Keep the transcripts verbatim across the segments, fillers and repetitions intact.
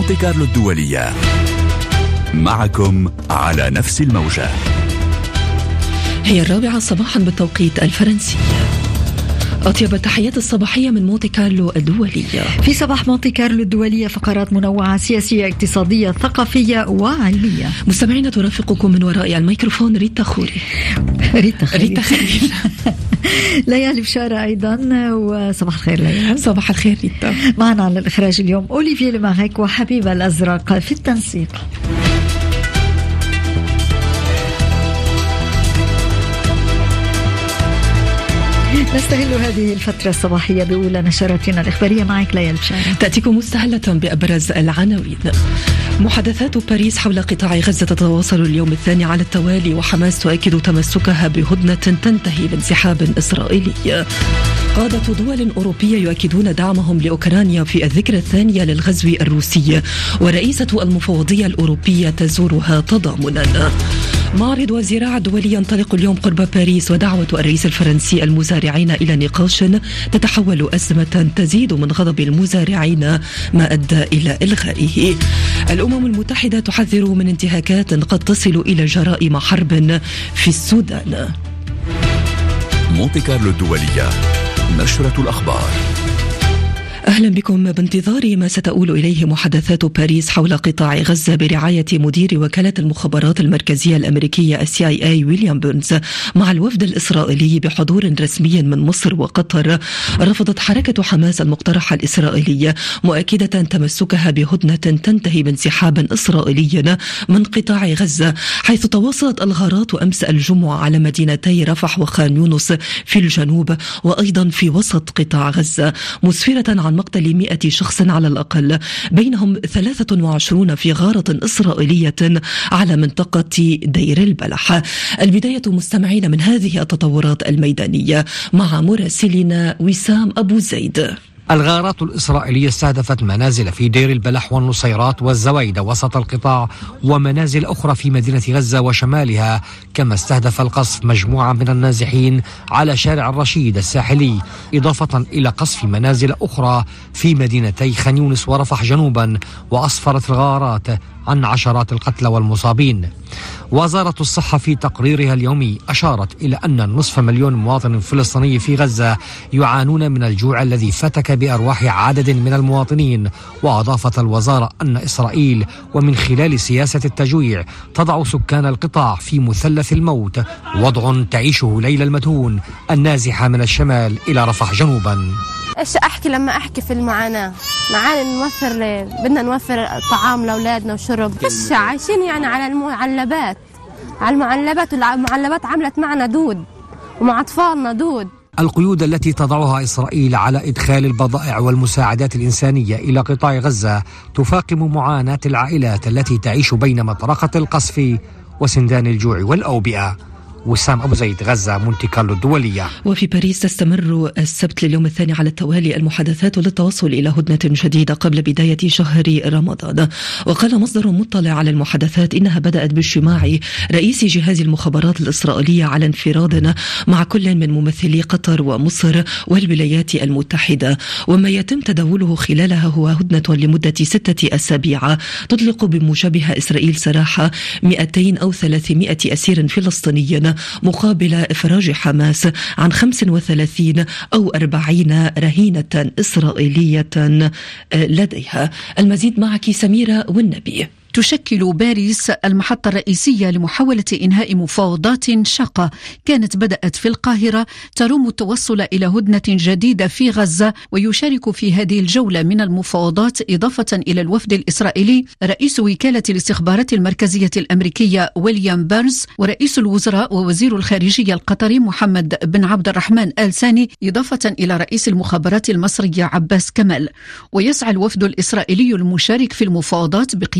مونتي كارلو الدولية، معكم على نفس الموجة. هي الرابعة صباحا بالتوقيت الفرنسي. أطيب التحيات الصباحية من مونتي كارلو الدولية. في صباح مونتي كارلو الدولية فقرات منوعة سياسية اقتصادية ثقافية وعلمية. مستمعين، ترافقكم من وراء الميكروفون ريتا خوري. ريتا خليل, ريتا خليل. ليالي بشارة أيضا، وصباح الخير ليالي. صباح الخير ريتا. معنا على الإخراج اليوم أوليفيه لماغيك وحبيبة الأزرق في التنسيق. نستهل هذه الفترة الصباحية بأولى نشراتنا الإخبارية. معك ليالي بشارة. تأتيكم مستهلة بأبرز العناوين. محادثات باريس حول قطاع غزة تتواصل اليوم الثاني على التوالي، وحماس تؤكد تمسكها بهدنة تنتهي بانسحاب إسرائيلي. قادة دول أوروبية يؤكدون دعمهم لأوكرانيا في الذكرى الثانية للغزو الروسي، ورئيسة المفوضية الأوروبية تزورها تضامنا. معرض الزراعة الدولي ينطلق اليوم قرب باريس، ودعوة الرئيس الفرنسي المزارعين إلى نقاش تتحول أزمة تزيد من غضب المزارعين ما أدى إلى إلغائه. الأمم المتحدة تحذر من انتهاكات قد تصل إلى جرائم حرب في السودان. مونتي كارلو الدولية، نشرة الأخبار. أهلا بكم. بانتظار ما ستؤول إليه محادثات باريس حول قطاع غزة برعاية مدير وكالة المخابرات المركزية الأمريكية السي آي إيه ويليام بيرنز مع الوفد الإسرائيلي بحضور رسمي من مصر وقطر، رفضت حركة حماس المقترح الإسرائيلي، مؤكدة تمسكها بهدنة تنتهي بانسحاب إسرائيلي من قطاع غزة، حيث تواصلت الغارات أمس الجمعة على مدينتي رفح وخان يونس في الجنوب وأيضا في وسط قطاع غزة، مسفرة عن مقتل مئة شخص على الأقل، بينهم ثلاثة وعشرين في غارة إسرائيلية على منطقة دير البلح. البداية مستمعين من هذه التطورات الميدانية مع مراسلنا وسام أبو زيد. الغارات الإسرائيلية استهدفت منازل في دير البلح والنصيرات والزويدة وسط القطاع، ومنازل أخرى في مدينة غزة وشمالها، كما استهدف القصف مجموعة من النازحين على شارع الرشيد الساحلي، إضافة إلى قصف منازل أخرى في مدينتي خان يونس ورفح جنوبا، وأسفرت الغارات عن عشرات القتلى والمصابين. وزارة الصحة في تقريرها اليومي أشارت إلى أن نصف مليون مواطن فلسطيني في غزة يعانون من الجوع الذي فتك بأرواح عدد من المواطنين. وأضافت الوزارة أن إسرائيل ومن خلال سياسة التجويع تضع سكان القطاع في مثلث الموت، وضع تعيشه ليلى المدهون النازحة من الشمال إلى رفح جنوبا. ايش احكي لما احكي في المعاناه؟ معانا نوفر، بدنا نوفر طعام لاولادنا وشرب، مش عايشين يعني على المعلبات، على المعلبات، والمعلبات عملت معنا دود ومع اطفالنا دود. القيود التي تضعها إسرائيل على إدخال البضائع والمساعدات الإنسانية إلى قطاع غزة تفاقم معاناة العائلات التي تعيش بين مطرقة القصف وسندان الجوع والأوبئة. وسام أبو زيد، غزة، مونتي كارلو الدولية. وفي باريس تستمر السبت لليوم الثاني على التوالي المحادثات للتوصل إلى هدنة جديدة قبل بداية شهر رمضان. وقال مصدر مطلع على المحادثات إنها بدأت باجتماع رئيس جهاز المخابرات الإسرائيلية على انفراد مع كل من ممثلي قطر ومصر والولايات المتحدة، وما يتم تداوله خلالها هو هدنة لمدة ستة أسابيع تطلق بموجبها إسرائيل سراح مئتين أو ثلاثمائة أسير فلسطيني مقابل إفراج حماس عن خمسة وثلاثين أو أربعين رهينة إسرائيلية لديها. المزيد معك سميرة والنبي. تشكل باريس المحطة الرئيسية لمحاولة إنهاء مفاوضات شاقة كانت بدأت في القاهرة تروم التوصل إلى هدنة جديدة في غزة. ويشارك في هذه الجولة من المفاوضات إضافة إلى الوفد الإسرائيلي رئيس وكالة الاستخبارات المركزية الأمريكية ويليام بيرنز، ورئيس الوزراء ووزير الخارجية القطري محمد بن عبد الرحمن آل ثاني، إضافة إلى رئيس المخابرات المصرية عباس كمال. ويسعى الوفد الإسرائيلي المشارك في المفاوضات بقيادة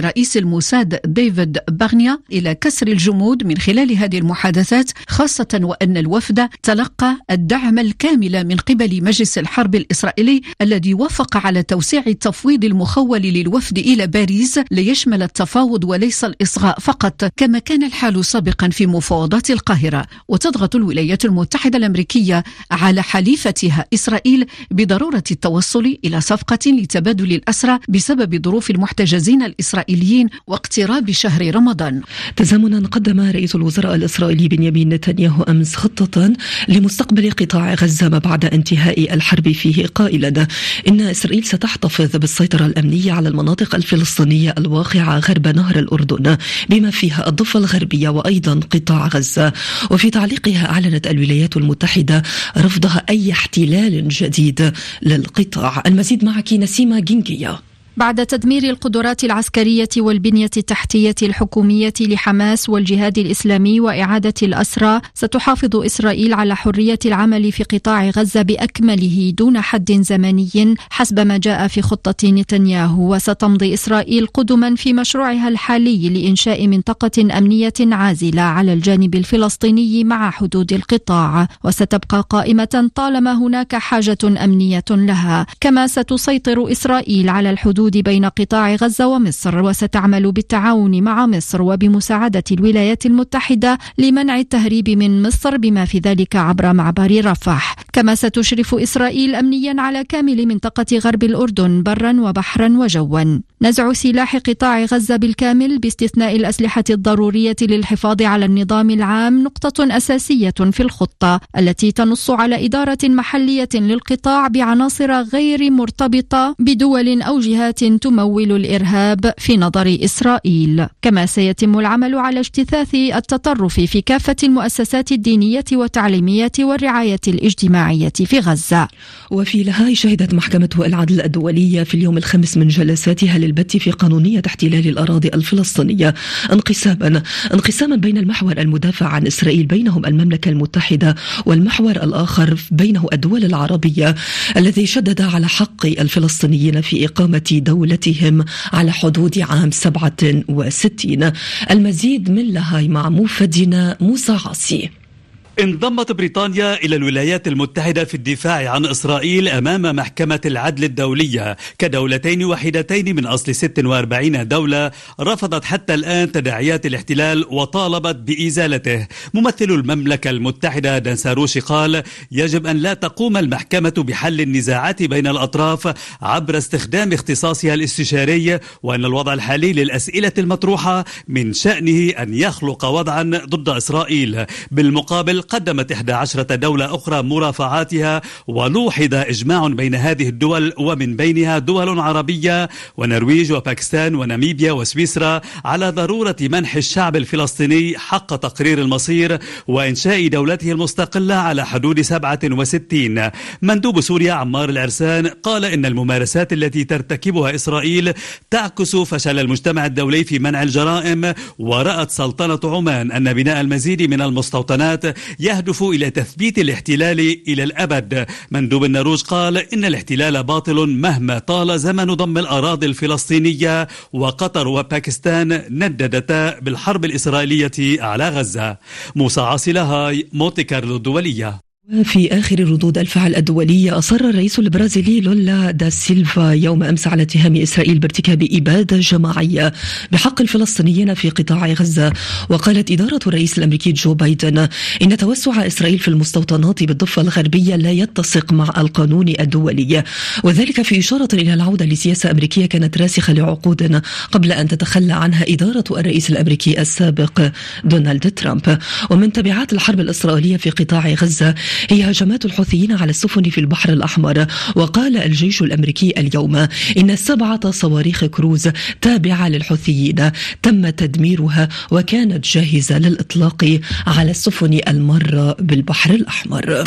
رئيس الموساد ديفيد باغنيا إلى كسر الجمود من خلال هذه المحادثات، خاصة وأن الوفد تلقى الدعم الكامل من قبل مجلس الحرب الإسرائيلي الذي وافق على توسيع التفويض المخول للوفد إلى باريس ليشمل التفاوض وليس الإصغاء فقط كما كان الحال سابقا في مفاوضات القاهرة. وتضغط الولايات المتحدة الأمريكية على حليفتها إسرائيل بضرورة التوصل إلى صفقة لتبادل الأسرى بسبب ظروف المحتجزين الإسرائيليين واقتراب شهر رمضان. تزامنا قدم رئيس الوزراء الإسرائيلي بنيامين نتنياهو أمس خطة لمستقبل قطاع غزة ما بعد انتهاء الحرب فيه، قائلا إن إسرائيل ستحتفظ بالسيطرة الأمنية على المناطق الفلسطينية الواقعة غرب نهر الأردن بما فيها الضفة الغربية وأيضا قطاع غزة. وفي تعليقها أعلنت الولايات المتحدة رفضها أي احتلال جديد للقطاع. المزيد معك نسيمة جنجية. بعد تدمير القدرات العسكرية والبنية التحتية الحكومية لحماس والجهاد الإسلامي وإعادة الأسرى، ستحافظ إسرائيل على حرية العمل في قطاع غزة بأكمله دون حد زمني حسب ما جاء في خطة نتنياهو. وستمضي إسرائيل قدما في مشروعها الحالي لإنشاء منطقة أمنية عازلة على الجانب الفلسطيني مع حدود القطاع، وستبقى قائمة طالما هناك حاجة أمنية لها. كما ستسيطر إسرائيل على الحدود بين قطاع غزة ومصر، وستعمل بالتعاون مع مصر وبمساعدة الولايات المتحدة لمنع التهريب من مصر بما في ذلك عبر معبر رفح. كما ستشرف إسرائيل أمنيا على كامل منطقة غرب الأردن برا وبحرا وجوا. نزع سلاح قطاع غزة بالكامل باستثناء الأسلحة الضرورية للحفاظ على النظام العام نقطة أساسية في الخطة التي تنص على إدارة محلية للقطاع بعناصر غير مرتبطة بدول أو جهات تمول الإرهاب في نظر إسرائيل. كما سيتم العمل على اجتثاث التطرف في كافة المؤسسات الدينية والتعليمية والرعاية الاجتماعية في غزة. وفي لاهاي شهدت محكمة العدل الدولية في اليوم الخامس من جلساتها للبت في قانونية احتلال الأراضي الفلسطينية انقساما انقساما بين المحور المدافع عن إسرائيل بينهم المملكة المتحدة والمحور الآخر بينه الدول العربية الذي شدد على حق الفلسطينيين في إقامة دولتهم على حدود عام سبعة وستين. المزيد من لاهاي مع موفدنا موسى عاصي. انضمت بريطانيا إلى الولايات المتحدة في الدفاع عن إسرائيل أمام محكمة العدل الدولية كدولتين وحيدتين من أصل ستة وأربعين دولة رفضت حتى الآن تداعيات الاحتلال وطالبت بإزالته. ممثل المملكة المتحدة دان ساروشي قال يجب أن لا تقوم المحكمة بحل النزاعات بين الأطراف عبر استخدام اختصاصها الاستشاري، وأن الوضع الحالي للأسئلة المطروحة من شأنه أن يخلق وضعا ضد إسرائيل. بالمقابل قدمت إحدى عشرة دولة أخرى مرافعاتها، ولوحظ إجماع بين هذه الدول ومن بينها دول عربية ونرويج وباكستان وناميبيا وسويسرا على ضرورة منح الشعب الفلسطيني حق تقرير المصير وإنشاء دولته المستقلة على حدود سبعة وستين. مندوب سوريا عمار العرسان قال إن الممارسات التي ترتكبها إسرائيل تعكس فشل المجتمع الدولي في منع الجرائم، ورأت سلطنة عمان أن بناء المزيد من المستوطنات يهدف إلى تثبيت الاحتلال إلى الأبد. مندوب النرويج قال إن الاحتلال باطل مهما طال زمن ضم الأراضي الفلسطينية، وقطر وباكستان نددتا بالحرب الإسرائيلية على غزة. موسى عاصي لاهاي، مونتي كارلو الدولية. في آخر ردود الفعل الدولية، أصر الرئيس البرازيلي لولا دا سيلفا يوم أمس على اتهام إسرائيل بارتكاب إبادة جماعية بحق الفلسطينيين في قطاع غزة. وقالت إدارة الرئيس الأمريكي جو بايدن إن توسع إسرائيل في المستوطنات بالضفة الغربية لا يتسق مع القانون الدولي، وذلك في إشارة إلى العودة لسياسة أمريكية كانت راسخة لعقود قبل أن تتخلى عنها إدارة الرئيس الأمريكي السابق دونالد ترامب. ومن تبعات الحرب الإسرائيلية في قطاع غزة هي هجمات الحوثيين على السفن في البحر الأحمر. وقال الجيش الأمريكي اليوم إن سبعة صواريخ كروز تابعة للحوثيين تم تدميرها وكانت جاهزة للإطلاق على السفن المارة بالبحر الأحمر.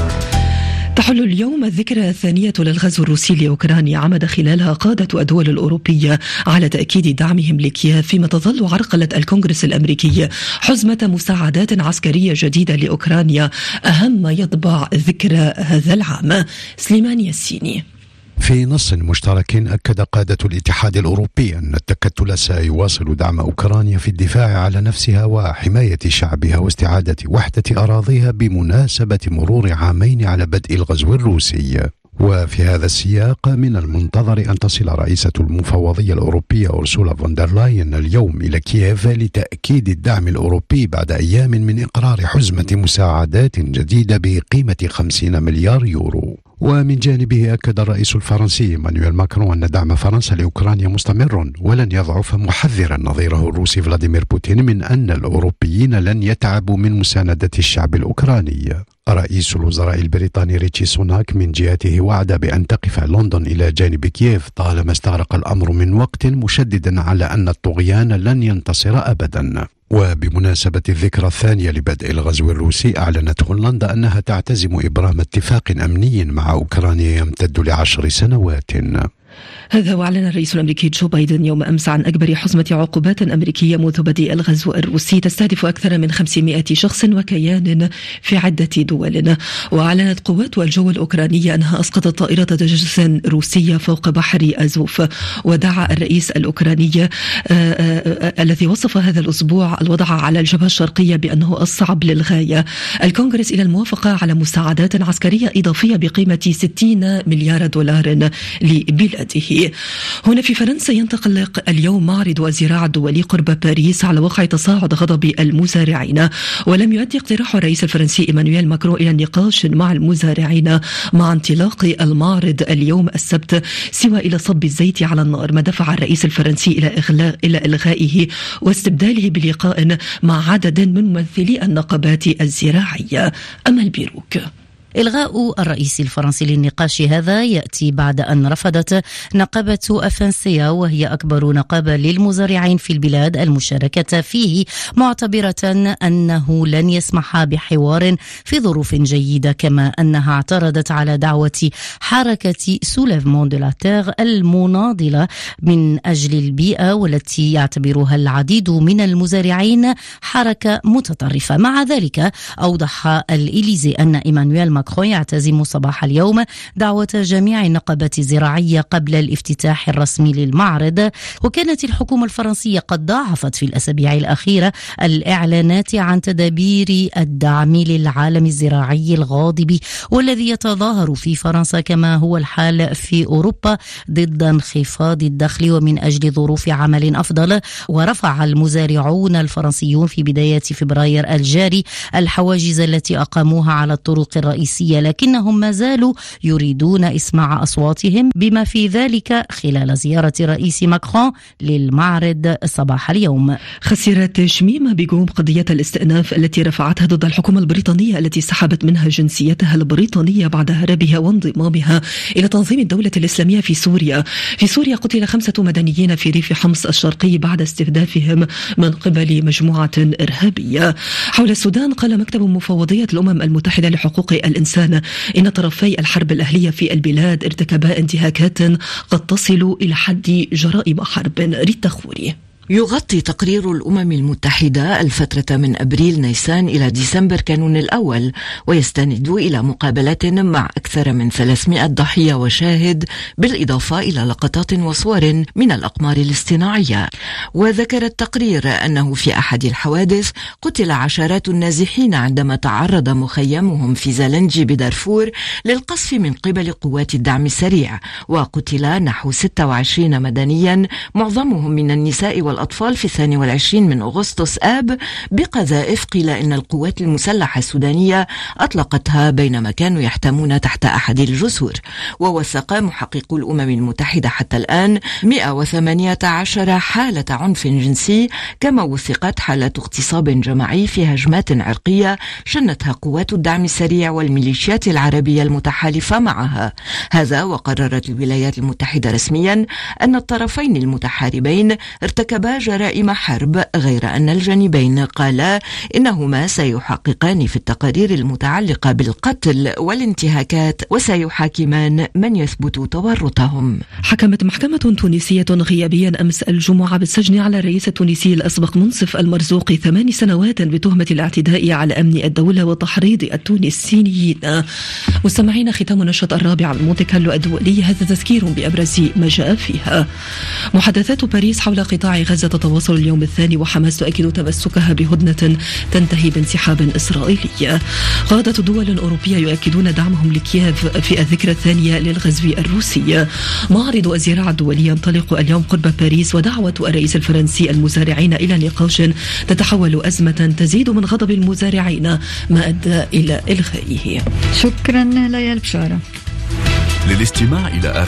تحل اليوم الذكرى الثانية للغزو الروسي لأوكرانيا، عمد خلالها قادة الدول الأوروبية على تأكيد دعمهم لكييف، فيما تظل عرقلة الكونغرس الأمريكي حزمة مساعدات عسكرية جديدة لأوكرانيا أهم ما يطبع ذكرى هذا العام. سليمان ياسيني. في نص مشترك أكد قادة الاتحاد الأوروبي أن التكتل سيواصل دعم أوكرانيا في الدفاع على نفسها وحماية شعبها واستعادة وحدة أراضيها بمناسبة مرور عامين على بدء الغزو الروسي. وفي هذا السياق من المنتظر أن تصل رئيسة المفوضية الأوروبية أورسولا فون دير لاين اليوم إلى كييف لتأكيد الدعم الأوروبي بعد أيام من إقرار حزمة مساعدات جديدة بقيمة خمسين مليار يورو. ومن جانبه أكد الرئيس الفرنسي إيمانويل ماكرون أن دعم فرنسا لأوكرانيا مستمر ولن يضعف، محذرا نظيره الروسي فلاديمير بوتين من أن الأوروبيين لن يتعبوا من مساندة الشعب الأوكراني. رئيس الوزراء البريطاني ريتشي سوناك من جهته وعد بأن تقف لندن إلى جانب كييف طالما استغرق الأمر من وقت، مشددا على أن الطغيان لن ينتصر أبدا. وبمناسبة الذكرى الثانية لبدء الغزو الروسي، أعلنت هولندا أنها تعتزم إبرام اتفاق أمني مع أوكرانيا يمتد لعشر سنوات. هذا وأعلن الرئيس الأمريكي جو بايدن يوم أمس عن أكبر حزمة عقوبات أمريكية منذ بدء الغزو الروسي تستهدف أكثر من خمسمائة شخص وكيان في عدة دول. وأعلنت قوات الجو الأوكرانية أنها أسقطت طائرة تجسس روسية فوق بحر أزوف. ودعا الرئيس الأوكراني الذي وصف هذا الأسبوع الوضع على الجبهة الشرقية بأنه الصعب للغاية الكونغرس إلى الموافقة على مساعدات عسكرية إضافية بقيمة ستين مليار دولار لبلاده. هنا في فرنسا ينطلق اليوم معرض الزراعة الدولي قرب باريس على وقع تصاعد غضب المزارعين، ولم يؤدي اقتراح الرئيس الفرنسي إيمانويل ماكرون إلى نقاش مع المزارعين مع انطلاق المعرض اليوم السبت سوى إلى صب الزيت على النار، ما دفع الرئيس الفرنسي إلى إغلاق إلى إلغائه واستبداله بلقاء مع عدد من ممثلي النقابات الزراعية. أمل بيروك. إلغاء الرئيس الفرنسي للنقاش هذا يأتي بعد أن رفضت نقابة أفنسيا، وهي أكبر نقابة للمزارعين في البلاد، المشاركة فيه، معتبرة أنه لن يسمح بحوار في ظروف جيدة، كما أنها اعترضت على دعوة حركة سوليفمون دو لا تيغ المناضلة من أجل البيئة، والتي يعتبرها العديد من المزارعين حركة متطرفة. مع ذلك أوضح الإليزي أن إيمانويل ماكرون يعتزم صباح اليوم دعوة جميع النقابات الزراعية قبل الافتتاح الرسمي للمعرض. وكانت الحكومة الفرنسية قد ضاعفت في الأسابيع الأخيرة الإعلانات عن تدابير الدعم للعالم الزراعي الغاضب والذي يتظاهر في فرنسا كما هو الحال في أوروبا ضد انخفاض الدخل ومن أجل ظروف عمل أفضل. ورفع المزارعون الفرنسيون في بداية فبراير الجاري الحواجز التي أقاموها على الطرق الرئيسية، لكنهم ما زالوا يريدون إسماع أصواتهم، بما في ذلك خلال زيارة رئيس ماكرون للمعرض صباح اليوم. خسرت شميمة بيغوم قضية الاستئناف التي رفعتها ضد الحكومة البريطانية التي سحبت منها جنسيتها البريطانية بعد هربها وانضمامها إلى تنظيم الدولة الإسلامية في سوريا. في سوريا قتل خمسة مدنيين في ريف حمص الشرقي بعد استهدافهم من قبل مجموعة إرهابية. حول السودان قال مكتب مفوضية الأمم المتحدة لحقوق الإنسان إن طرفي الحرب الأهلية في البلاد ارتكبا انتهاكات قد تصل إلى حد جرائم حرب. ريتا خوري. يغطي تقرير الأمم المتحدة الفترة من أبريل نيسان إلى ديسمبر كانون الأول، ويستند إلى مقابلات مع أكثر من ثلاثمائة ضحية وشاهد، بالإضافة إلى لقطات وصور من الأقمار الاصطناعية. وذكر التقرير أنه في أحد الحوادث قتل عشرات النازحين عندما تعرض مخيمهم في زالنجي بدارفور للقصف من قبل قوات الدعم السريع، وقتل نحو ستة وعشرين مدنيا معظمهم من النساء والأطفال في الثاني والعشرين من أغسطس آب بقذائف قيل إن القوات المسلحة السودانية أطلقتها بينما كانوا يحتمون تحت أحد الجسور. ووثق محققو الأمم المتحدة حتى الآن مئة وثمانية عشر حالة عنف جنسي، كما وثقت حالة اغتصاب جماعي في هجمات عرقية شنتها قوات الدعم السريع والميليشيات العربية المتحالفة معها. هذا وقررت الولايات المتحدة رسميا أن الطرفين المتحاربين ارتكبا ارتكبا جرائم حرب، غير أن الجانبين قالا إنهما سيحققان في التقارير المتعلقة بالقتل والانتهاكات وسيحاكمان من يثبت تورطهم. حكمت محكمة تونسية غيابيا أمس الجمعة بالسجن على الرئيس التونسي الأسبق منصف المرزوق ثمان سنوات بتهمة الاعتداء على أمن الدولة وتحريض التونسيين. مستمعين، ختام نشرة الرابعة من مونتي كارلو الدولي، هذا تذكير بأبرز ما جاء فيها. محادثات باريس حول قطاع غزة تتواصل اليوم الثاني، وحماس تؤكد تمسكها بهدنة تنتهي بانسحاب إسرائيلي. قادة دول أوروبية يؤكدون دعمهم لكييف في الذكرى الثانية للغزو الروسي. معرض الزراعة الدولي ينطلق اليوم قرب باريس، ودعوة الرئيس الفرنسي المزارعين إلى نقاش تتحول أزمة تزيد من غضب المزارعين ما أدى إلى إلغائه. شكرا ليال بشارة. للاستماع إلى